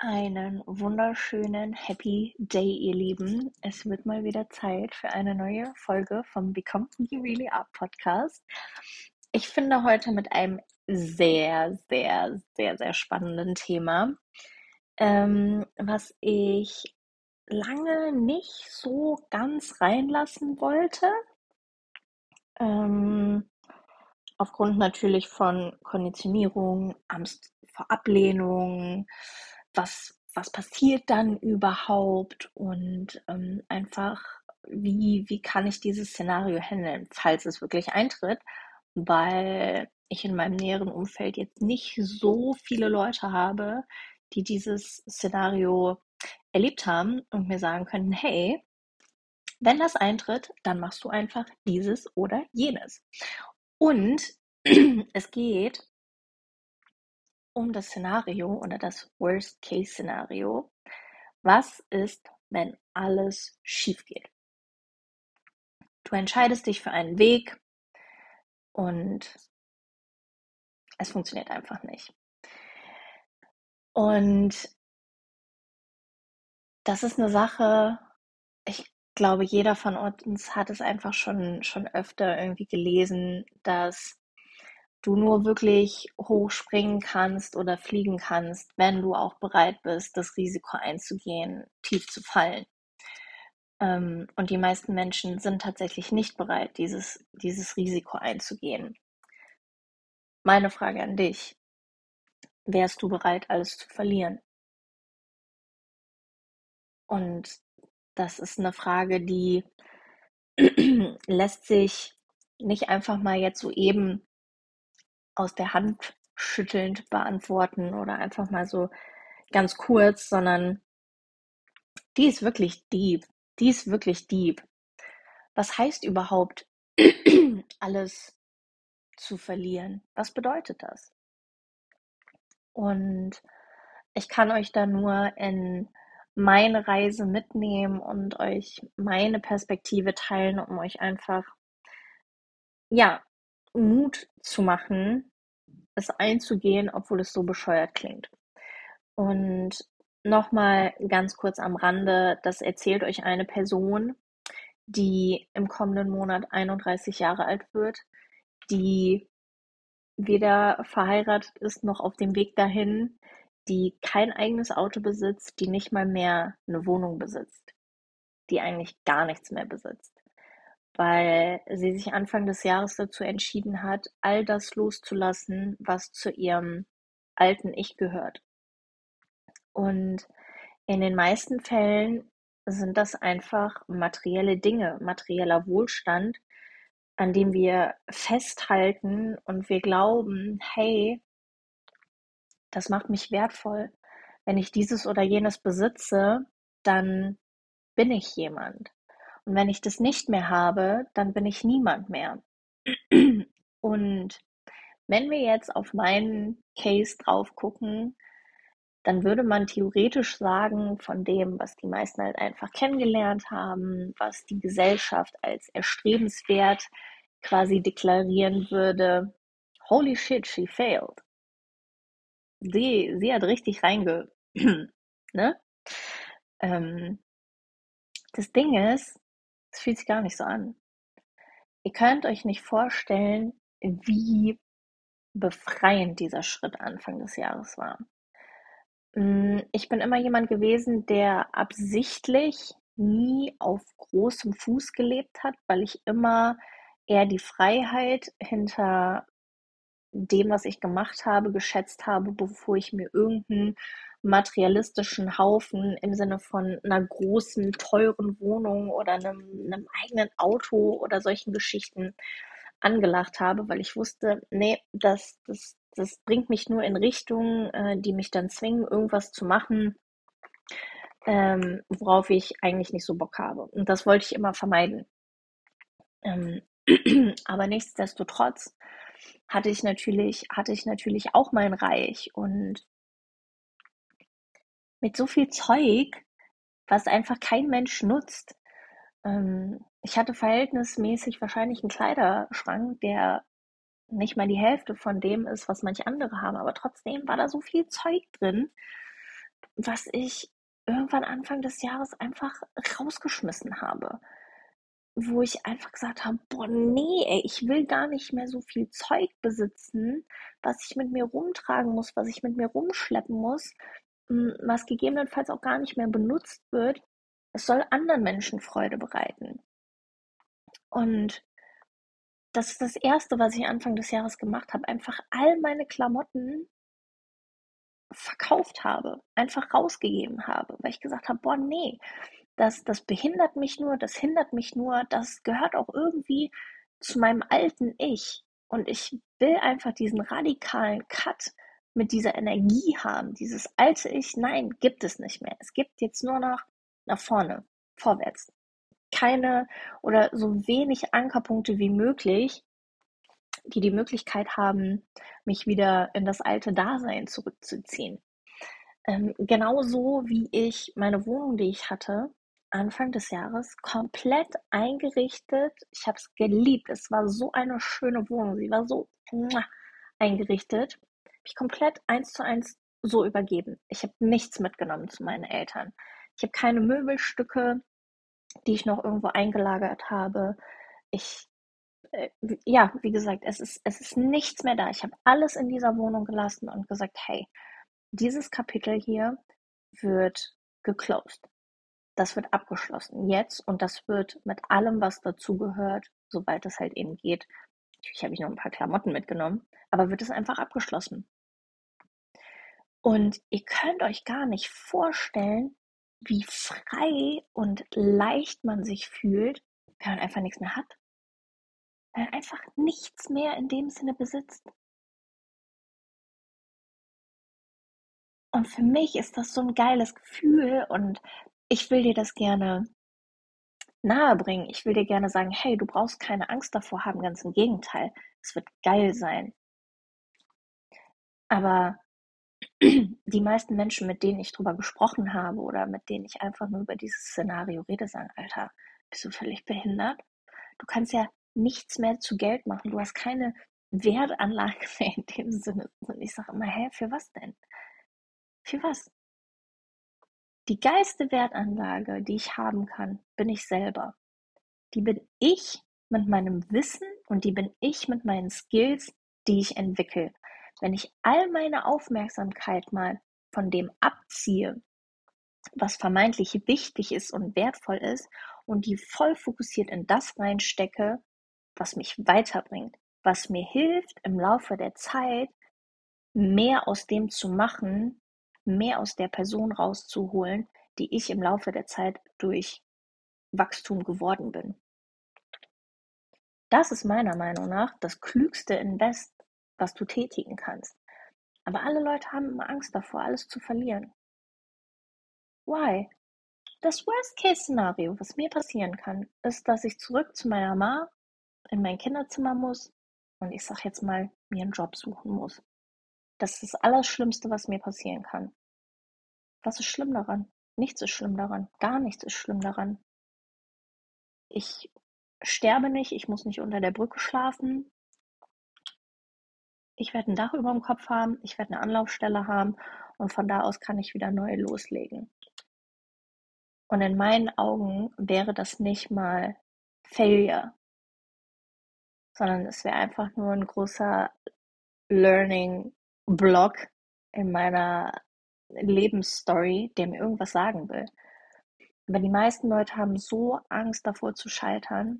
Einen wunderschönen Happy Day, ihr Lieben. Es wird mal wieder Zeit für eine neue Folge vom Become Me Really Up Podcast. Ich finde heute mit einem sehr, sehr, sehr, sehr spannenden Thema, was ich lange nicht so ganz reinlassen wollte. Ähm, Aufgrund natürlich von Konditionierung, Angst vor Ablehnung, was passiert dann überhaupt und einfach, wie kann ich dieses Szenario handeln, falls es wirklich eintritt, weil ich in meinem näheren Umfeld jetzt nicht so viele Leute habe, die dieses Szenario erlebt haben und mir sagen können, hey, wenn das eintritt, dann machst du einfach dieses oder jenes. Und es geht um das Szenario oder das Worst-Case-Szenario. Was ist, wenn alles schief geht? Du entscheidest dich für einen Weg und es funktioniert einfach nicht. Und das ist eine Sache, ich glaube, jeder von uns hat es einfach schon öfter irgendwie gelesen, dass du nur wirklich hochspringen kannst oder fliegen kannst, wenn du auch bereit bist, das Risiko einzugehen, tief zu fallen. Und die meisten Menschen sind tatsächlich nicht bereit, dieses Risiko einzugehen. Meine Frage an dich: Wärst du bereit, alles zu verlieren? Und das ist eine Frage, die lässt sich nicht einfach mal jetzt so eben aus der Hand schüttelnd beantworten oder einfach mal so ganz kurz, sondern die ist wirklich deep. Die ist wirklich deep. Was heißt überhaupt, alles zu verlieren? Was bedeutet das? Und ich kann euch da nur in meine Reise mitnehmen und euch meine Perspektive teilen, um euch einfach, ja, Mut zu machen, es einzugehen, obwohl es so bescheuert klingt. Und nochmal ganz kurz am Rande, das erzählt euch eine Person, die im kommenden Monat 31 Jahre alt wird, die weder verheiratet ist noch auf dem Weg dahin, die kein eigenes Auto besitzt, die nicht mal mehr eine Wohnung besitzt, die eigentlich gar nichts mehr besitzt, weil sie sich Anfang des Jahres dazu entschieden hat, all das loszulassen, was zu ihrem alten Ich gehört. Und in den meisten Fällen sind das einfach materielle Dinge, materieller Wohlstand, an dem wir festhalten und wir glauben, hey, das macht mich wertvoll. Wenn ich dieses oder jenes besitze, dann bin ich jemand. Und wenn ich das nicht mehr habe, dann bin ich niemand mehr. Und wenn wir jetzt auf meinen Case drauf gucken, dann würde man theoretisch sagen, von dem, was die meisten halt einfach kennengelernt haben, was die Gesellschaft als erstrebenswert quasi deklarieren würde, holy shit, she failed. Sie hat richtig ne? Ähm, Das Ding ist, es fühlt sich gar nicht so an. Ihr könnt euch nicht vorstellen, wie befreiend dieser Schritt Anfang des Jahres war. Ich bin immer jemand gewesen, der absichtlich nie auf großem Fuß gelebt hat, weil ich immer eher die Freiheit hinter dem, was ich gemacht habe, geschätzt habe, bevor ich mir irgendeinen materialistischen Haufen im Sinne von einer großen, teuren Wohnung oder einem eigenen Auto oder solchen Geschichten angelacht habe, weil ich wusste, nee, das bringt mich nur in Richtungen, die mich dann zwingen, irgendwas zu machen, worauf ich eigentlich nicht so Bock habe. Und das wollte ich immer vermeiden. Ähm, aber nichtsdestotrotz hatte ich natürlich auch mein Reich und mit so viel Zeug, was einfach kein Mensch nutzt. Ich hatte verhältnismäßig wahrscheinlich einen Kleiderschrank, der nicht mal die Hälfte von dem ist, was manche andere haben, aber trotzdem war da so viel Zeug drin. was ich irgendwann Anfang des Jahres einfach rausgeschmissen habe, wo ich einfach gesagt habe: „Boah, nee, ey, ich will gar nicht mehr so viel Zeug besitzen, was ich mit mir rumtragen muss, was ich mit mir rumschleppen muss, was gegebenenfalls auch gar nicht mehr benutzt wird. Es soll anderen Menschen Freude bereiten.“ Und das ist das Erste, was ich Anfang des Jahres gemacht habe, einfach all meine Klamotten verkauft habe, einfach rausgegeben habe, weil ich gesagt habe: „Boah, nee, das behindert mich nur, das hindert mich nur, das gehört auch irgendwie zu meinem alten Ich. Und ich will einfach diesen radikalen Cut mit dieser Energie haben. Dieses alte Ich, nein, gibt es nicht mehr. Es gibt jetzt nur noch nach vorne, vorwärts. Keine oder so wenig Ankerpunkte wie möglich, die die Möglichkeit haben, mich wieder in das alte Dasein zurückzuziehen. Genauso wie ich meine Wohnung, die ich hatte, Anfang des Jahres komplett eingerichtet. Ich habe es geliebt. Es war so eine schöne Wohnung. Sie war so eingerichtet. Habe ich komplett eins zu eins so übergeben. Ich habe nichts mitgenommen zu meinen Eltern. Ich habe keine Möbelstücke, die ich noch irgendwo eingelagert habe. Ich, ja, wie gesagt, es ist nichts mehr da. Ich habe alles in dieser Wohnung gelassen und gesagt, hey, dieses Kapitel hier wird geclosed. Das wird abgeschlossen jetzt und das wird mit allem, was dazugehört, sobald es halt eben geht. Natürlich habe ich noch ein paar Klamotten mitgenommen, aber wird es einfach abgeschlossen. Und ihr könnt euch gar nicht vorstellen, wie frei und leicht man sich fühlt, wenn man einfach nichts mehr hat. Wenn man einfach nichts mehr in dem Sinne besitzt. Und für mich ist das so ein geiles Gefühl und ich will dir das gerne nahebringen. Ich will dir gerne sagen, hey, du brauchst keine Angst davor haben, ganz im Gegenteil. Es wird geil sein. Aber die meisten Menschen, mit denen ich drüber gesprochen habe oder mit denen ich einfach nur über dieses Szenario rede, sagen, Alter, bist du völlig behindert? Du kannst ja nichts mehr zu Geld machen. Du hast keine Wertanlage mehr in dem Sinne. Und ich sage immer, hä, für was denn? Für was? Die geilste Wertanlage, die ich haben kann, bin ich selber. Die bin ich mit meinem Wissen und die bin ich mit meinen Skills, die ich entwickle. Wenn ich all meine Aufmerksamkeit mal von dem abziehe, was vermeintlich wichtig ist und wertvoll ist und die voll fokussiert in das reinstecke, was mich weiterbringt, was mir hilft, im Laufe der Zeit mehr aus dem zu machen, mehr aus der Person rauszuholen, die ich im Laufe der Zeit durch Wachstum geworden bin. Das ist meiner Meinung nach das klügste Invest, was du tätigen kannst. Aber alle Leute haben immer Angst davor, alles zu verlieren. Why? Das Worst-Case-Szenario, was mir passieren kann, ist, dass ich zurück zu meiner Mama in mein Kinderzimmer muss und ich sag jetzt mal, mir einen Job suchen muss. Das ist das Allerschlimmste, was mir passieren kann. Was ist schlimm daran? Nichts ist schlimm daran. Gar nichts ist schlimm daran. Ich sterbe nicht, ich muss nicht unter der Brücke schlafen. Ich werde ein Dach über dem Kopf haben, ich werde eine Anlaufstelle haben und von da aus kann ich wieder neu loslegen. Und in meinen Augen wäre das nicht mal Failure, sondern es wäre einfach nur ein großer Learning-Block in meiner Lebensstory, der mir irgendwas sagen will. Aber die meisten Leute haben so Angst davor zu scheitern.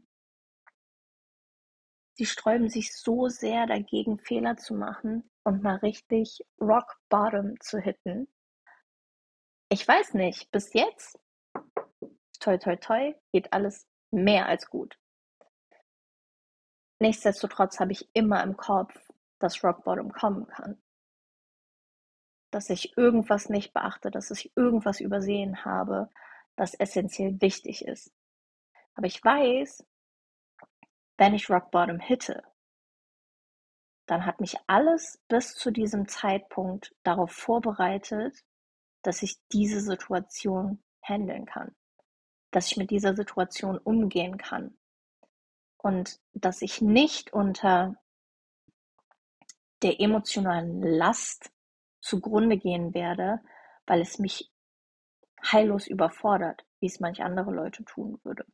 Die sträuben sich so sehr dagegen, Fehler zu machen und mal richtig Rock Bottom zu hitten. Ich weiß nicht, bis jetzt, toi toi toi, geht alles mehr als gut. Nichtsdestotrotz habe ich immer im Kopf, dass Rock Bottom kommen kann. Dass ich irgendwas nicht beachte, dass ich irgendwas übersehen habe, was essentiell wichtig ist. Aber ich weiß, wenn ich Rock Bottom hitte, dann hat mich alles bis zu diesem Zeitpunkt darauf vorbereitet, dass ich diese Situation handeln kann, dass ich mit dieser Situation umgehen kann und dass ich nicht unter der emotionalen Last zugrunde gehen werde, weil es mich heillos überfordert, wie es manch andere Leute tun würde.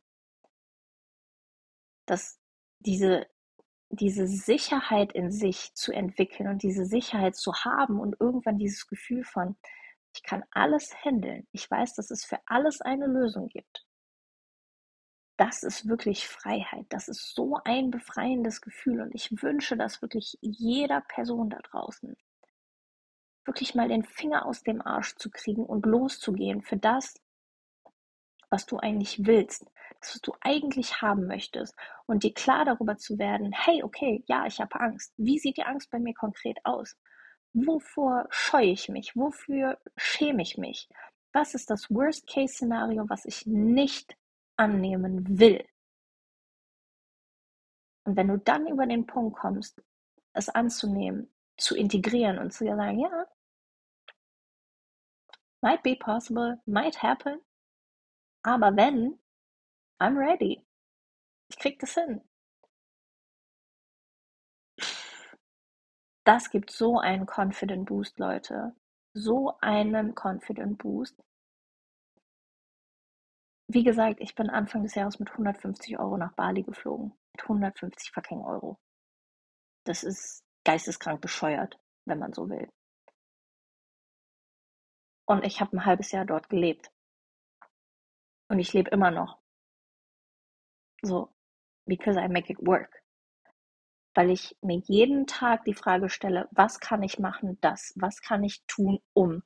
Dass diese, diese Sicherheit in sich zu entwickeln und diese Sicherheit zu haben und irgendwann dieses Gefühl von, ich kann alles handeln, ich weiß, dass es für alles eine Lösung gibt. Das ist wirklich Freiheit. Das ist so ein befreiendes Gefühl und ich wünsche das wirklich jeder Person da draußen. Wirklich mal den Finger aus dem Arsch zu kriegen und loszugehen für das, was du eigentlich willst, das, was du eigentlich haben möchtest und dir klar darüber zu werden, hey, okay, ja, ich habe Angst. Wie sieht die Angst bei mir konkret aus? Wovor scheue ich mich? Wofür schäme ich mich? Was ist das Worst-Case-Szenario, was ich nicht annehmen will? Und wenn du dann über den Punkt kommst, es anzunehmen, zu integrieren und zu sagen, ja, might be possible, might happen, aber wenn, I'm ready. Ich krieg das hin. Das gibt so einen Confident Boost, Leute. So einen Confident Boost. Wie gesagt, ich bin Anfang des Jahres mit 150 € nach Bali geflogen. Mit 150 fucking Euro. Das ist geisteskrank bescheuert, wenn man so will. Und ich habe ein halbes Jahr dort gelebt. Und ich lebe immer noch. So, because I make it work. Weil ich mir jeden Tag die Frage stelle, was kann ich machen, was kann ich tun, um.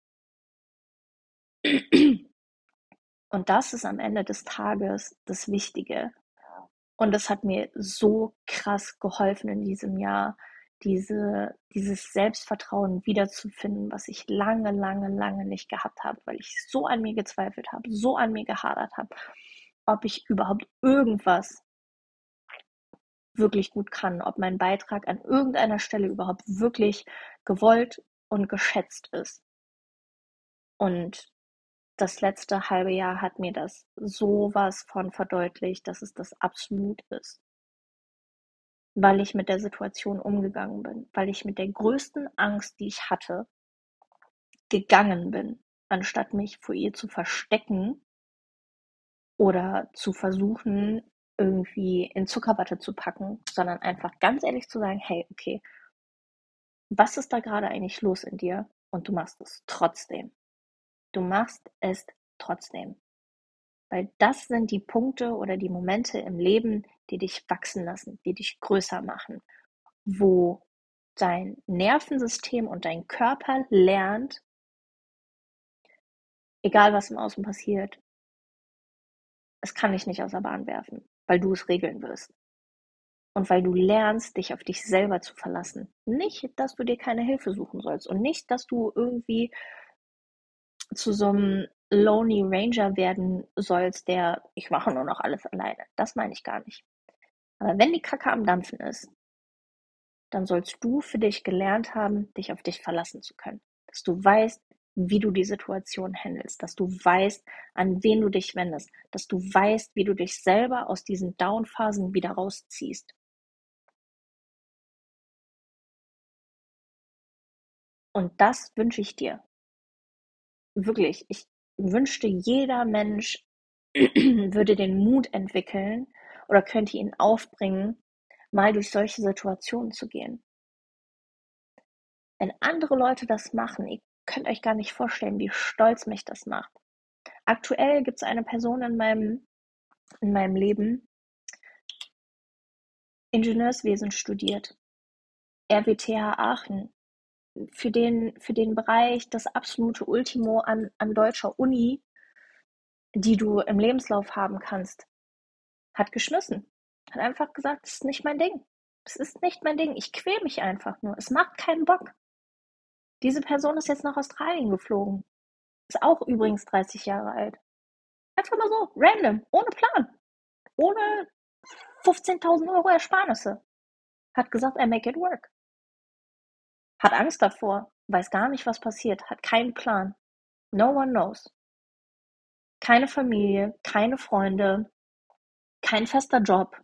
Und das ist am Ende des Tages das Wichtige. Und das hat mir so krass geholfen in diesem Jahr, dieses Selbstvertrauen wiederzufinden, was ich lange, lange, lange nicht gehabt habe, weil ich so an mir gezweifelt habe, so an mir gehadert habe, ob ich überhaupt irgendwas wirklich gut kann, ob mein Beitrag an irgendeiner Stelle überhaupt wirklich gewollt und geschätzt ist. Und das letzte halbe Jahr hat mir das sowas von verdeutlicht, dass es das absolut ist. Weil ich mit der Situation umgegangen bin, weil ich mit der größten Angst, die ich hatte, gegangen bin, anstatt mich vor ihr zu verstecken oder zu versuchen, irgendwie in Zuckerwatte zu packen, sondern einfach ganz ehrlich zu sagen, hey, okay, was ist da gerade eigentlich los in dir? Und du machst es trotzdem. Du machst es trotzdem. Weil das sind die Punkte oder die Momente im Leben, die dich wachsen lassen, die dich größer machen, wo dein Nervensystem und dein Körper lernt, egal was im Außen passiert, es kann dich nicht aus der Bahn werfen, weil du es regeln wirst. Und weil du lernst, dich auf dich selber zu verlassen. Nicht, dass du dir keine Hilfe suchen sollst und nicht, dass du irgendwie zu so einem Lonely Ranger werden sollst, der, ich mache nur noch alles alleine. Das meine ich gar nicht. Aber wenn die Kacke am Dampfen ist, dann sollst du für dich gelernt haben, dich auf dich verlassen zu können. Dass du weißt, wie du die Situation handelst, dass du weißt, an wen du dich wendest, dass du weißt, wie du dich selber aus diesen Down-Phasen wieder rausziehst. Und das wünsche ich dir. Wirklich. Ich wünschte, jeder Mensch würde den Mut entwickeln oder könnte ihn aufbringen, mal durch solche Situationen zu gehen. Wenn andere Leute das machen, ihr könnt euch gar nicht vorstellen, wie stolz mich das macht. Aktuell gibt es eine Person in meinem Leben, Ingenieurswesen studiert, RWTH Aachen, für den Bereich das absolute Ultimo an deutscher Uni, die du im Lebenslauf haben kannst, hat geschmissen. Hat einfach gesagt, das ist nicht mein Ding. Es ist nicht mein Ding. Ich quäle mich einfach nur. Es macht keinen Bock. Diese Person ist jetzt nach Australien geflogen. Ist auch übrigens 30 Jahre alt. Einfach mal so, random, ohne Plan, ohne 15.000 € Ersparnisse. Hat gesagt, I make it work. Hat Angst davor, weiß gar nicht, was passiert, hat keinen Plan. No one knows. Keine Familie, keine Freunde, kein fester Job.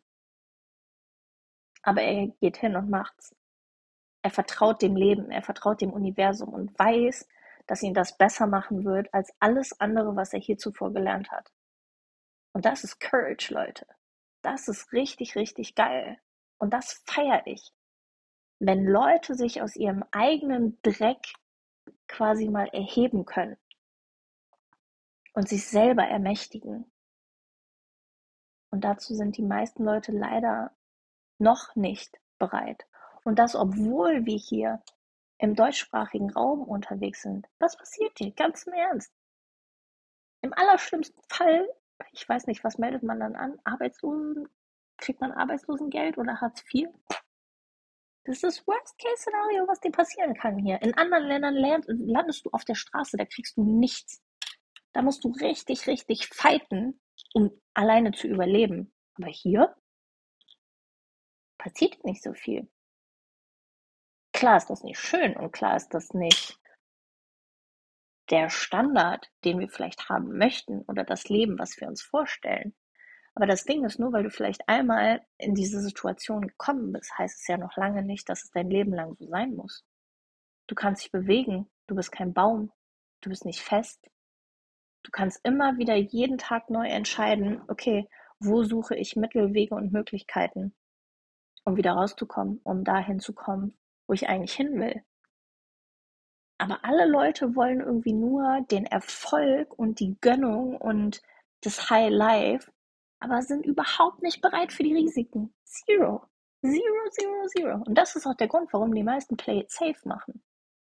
Aber er geht hin und macht's. Er vertraut dem Leben, er vertraut dem Universum und weiß, dass ihn das besser machen wird als alles andere, was er hier zuvor gelernt hat. Und das ist Courage, Leute. Das ist richtig, richtig geil. Und das feiere ich. Wenn Leute sich aus ihrem eigenen Dreck quasi mal erheben können und sich selber ermächtigen. Und dazu sind die meisten Leute leider noch nicht bereit. Und das, obwohl wir hier im deutschsprachigen Raum unterwegs sind. Was passiert hier? Ganz im Ernst. Im allerschlimmsten Fall, ich weiß nicht, was meldet man dann an? Kriegt man Arbeitslosengeld oder Hartz IV? Das ist das Worst-Case-Szenario, was dir passieren kann hier. In anderen Ländern landest du auf der Straße, da kriegst du nichts. Da musst du richtig, richtig fighten, um alleine zu überleben. Aber hier passiert nicht so viel. Klar ist das nicht schön und klar ist das nicht der Standard, den wir vielleicht haben möchten oder das Leben, was wir uns vorstellen. Aber das Ding ist, nur weil du vielleicht einmal in diese Situation gekommen bist, heißt es ja noch lange nicht, dass es dein Leben lang so sein muss. Du kannst dich bewegen, du bist kein Baum, du bist nicht fest. Du kannst immer wieder jeden Tag neu entscheiden, okay, wo suche ich Mittel, Wege und Möglichkeiten, um wieder rauszukommen, um dahin zu kommen, wo ich eigentlich hin will. Aber alle Leute wollen irgendwie nur den Erfolg und die Gönnung und das High Life, aber sind überhaupt nicht bereit für die Risiken. Zero. Zero, zero, zero. Und das ist auch der Grund, warum die meisten Play it safe machen.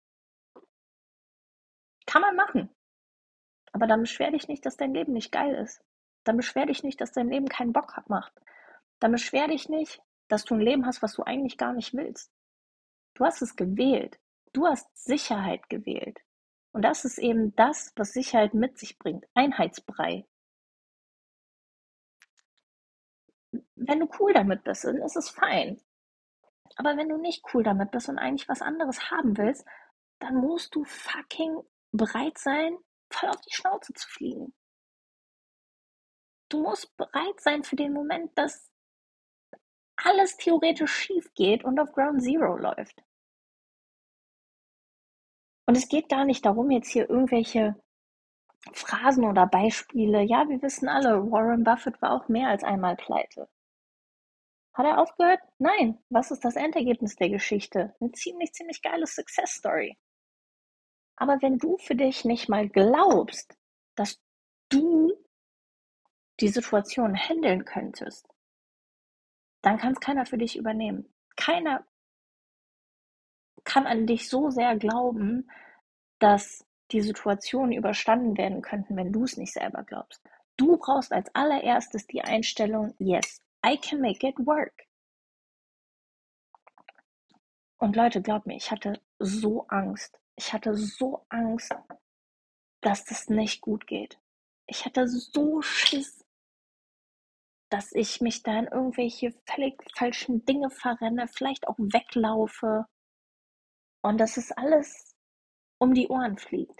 Kann man machen. Aber dann beschwer dich nicht, dass dein Leben nicht geil ist. Dann beschwer dich nicht, dass dein Leben keinen Bock macht. Dann beschwer dich nicht, dass du ein Leben hast, was du eigentlich gar nicht willst. Du hast es gewählt. Du hast Sicherheit gewählt. Und das ist eben das, was Sicherheit mit sich bringt. Einheitsbrei. Wenn du cool damit bist, dann ist es fein. Aber wenn du nicht cool damit bist und eigentlich was anderes haben willst, dann musst du fucking bereit sein, voll auf die Schnauze zu fliegen. Du musst bereit sein für den Moment, dass alles theoretisch schief geht und auf Ground Zero läuft. Und es geht gar nicht darum, jetzt hier irgendwelche Phrasen oder Beispiele. Ja, wir wissen alle, Warren Buffett war auch mehr als einmal pleite. Hat er aufgehört? Nein. Was ist das Endergebnis der Geschichte? Eine ziemlich, ziemlich geile Success Story. Aber wenn du für dich nicht mal glaubst, dass du die Situation handeln könntest, dann kann es keiner für dich übernehmen. Keiner kann an dich so sehr glauben, dass die Situationen überstanden werden könnten, wenn du es nicht selber glaubst. Du brauchst als allererstes die Einstellung, yes, I can make it work. Und Leute, glaubt mir, ich hatte so Angst. Ich hatte so Angst, dass das nicht gut geht. Ich hatte so Schiss, dass ich mich da in irgendwelche völlig falschen Dinge verrenne, vielleicht auch weglaufe und dass es alles um die Ohren fliegt.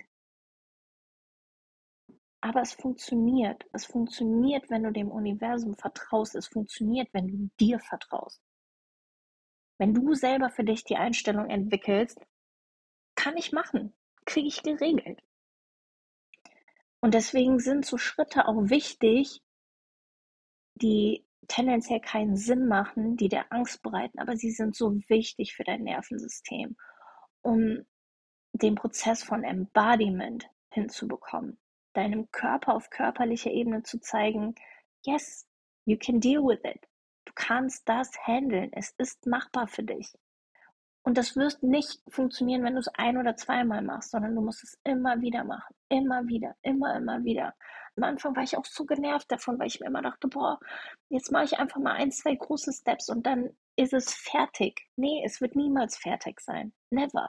Aber es funktioniert. Es funktioniert, wenn du dem Universum vertraust. Es funktioniert, wenn du dir vertraust. Wenn du selber für dich die Einstellung entwickelst, kann ich machen, kriege ich geregelt. Und deswegen sind so Schritte auch wichtig, die tendenziell keinen Sinn machen, die dir Angst bereiten, aber sie sind so wichtig für dein Nervensystem, um den Prozess von Embodiment hinzubekommen, deinem Körper auf körperlicher Ebene zu zeigen, yes, you can deal with it. Du kannst das handeln. Es ist machbar für dich. Und das wird nicht funktionieren, wenn du es ein- oder zweimal machst, sondern du musst es immer wieder machen. Immer wieder, immer wieder. Am Anfang war ich auch so genervt davon, weil ich mir immer dachte, boah, jetzt mache ich einfach mal ein, zwei große Steps und dann ist es fertig. Nee, es wird niemals fertig sein. Never.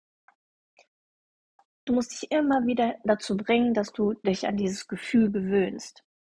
Du musst dich immer wieder dazu bringen, dass du dich an dieses Gefühl gewöhnst.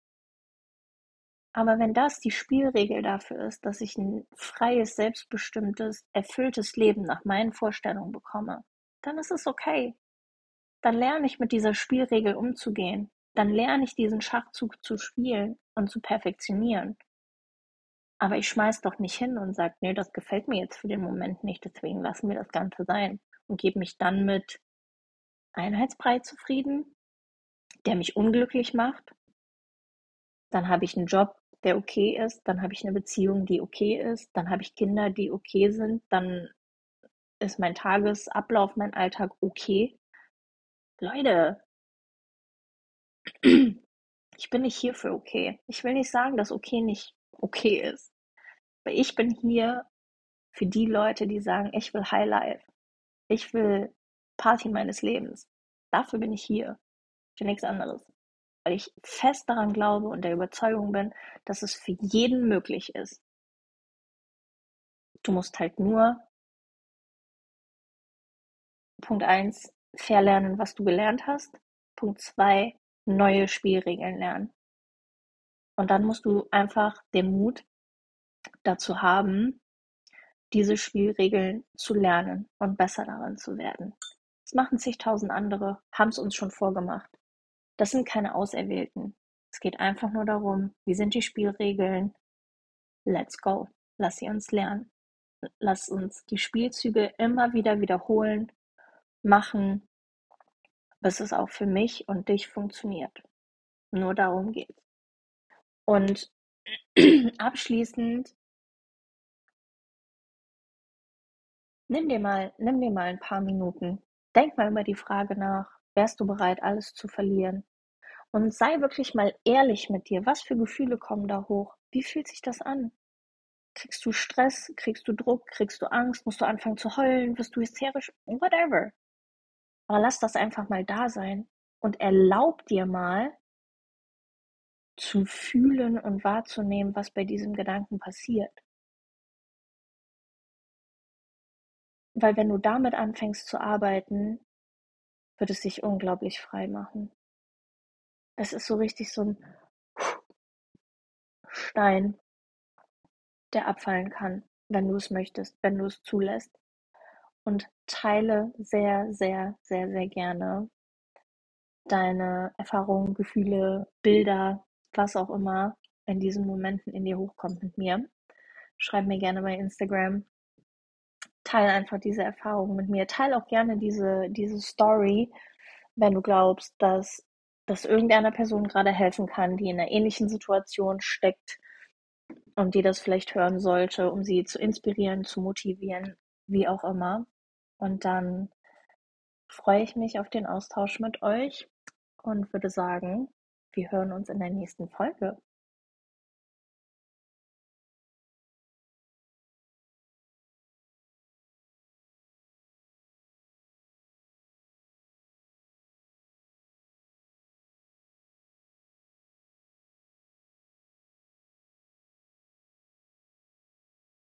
Aber wenn das die Spielregel dafür ist, dass ich ein freies, selbstbestimmtes, erfülltes Leben nach meinen Vorstellungen bekomme, dann ist es okay. Dann lerne ich mit dieser Spielregel umzugehen. Dann lerne ich diesen Schachzug zu spielen und zu perfektionieren. Aber ich schmeiß doch nicht hin und sage, nee, das gefällt mir jetzt für den Moment nicht, deswegen lassen wir das Ganze sein und gebe mich dann mit Einheitsbrei zufrieden, der mich unglücklich macht. Dann habe ich einen Job, der okay ist. Dann habe ich eine Beziehung, die okay ist. Dann habe ich Kinder, die okay sind. Dann ist mein Tagesablauf, mein Alltag okay. Leute, ich bin nicht hier für okay. Ich will nicht sagen, dass okay nicht okay ist. Aber ich bin hier für die Leute, die sagen, ich will Highlife. Ich will Party meines Lebens. Dafür bin ich hier. Für nichts anderes. Weil ich fest daran glaube und der Überzeugung bin, dass es für jeden möglich ist. Du musst halt nur, Punkt eins, verlernen, was du gelernt hast. Punkt 2, neue Spielregeln lernen. Und dann musst du einfach den Mut dazu haben, diese Spielregeln zu lernen und besser daran zu werden. Das machen zigtausend andere, haben es uns schon vorgemacht. Das sind keine Auserwählten. Es geht einfach nur darum, wie sind die Spielregeln? Let's go. Lass sie uns lernen. Lass uns die Spielzüge immer wieder wiederholen, machen, bis es auch für mich und dich funktioniert. Nur darum geht's. Und abschließend, nimm dir mal ein paar Minuten. Denk mal über die Frage nach, wärst du bereit, alles zu verlieren? Und sei wirklich mal ehrlich mit dir. Was für Gefühle kommen da hoch? Wie fühlt sich das an? Kriegst du Stress? Kriegst du Druck? Kriegst du Angst? Musst du anfangen zu heulen? Wirst du hysterisch? Whatever. Aber lass das einfach mal da sein und erlaub dir mal zu fühlen und wahrzunehmen, was bei diesem Gedanken passiert. Weil wenn du damit anfängst zu arbeiten, wird es sich unglaublich frei machen. Es ist so richtig so ein Stein, der abfallen kann, wenn du es möchtest, wenn du es zulässt. Und teile sehr, sehr, sehr, sehr gerne deine Erfahrungen, Gefühle, Bilder, was auch immer in diesen Momenten in dir hochkommt mit mir. Schreib mir gerne bei Instagram. Teile einfach diese Erfahrungen mit mir. Teile auch gerne diese Story, wenn du glaubst, dass das irgendeiner Person gerade helfen kann, die in einer ähnlichen Situation steckt und die das vielleicht hören sollte, um sie zu inspirieren, zu motivieren, wie auch immer. Und dann freue ich mich auf den Austausch mit euch und würde sagen, wir hören uns in der nächsten Folge.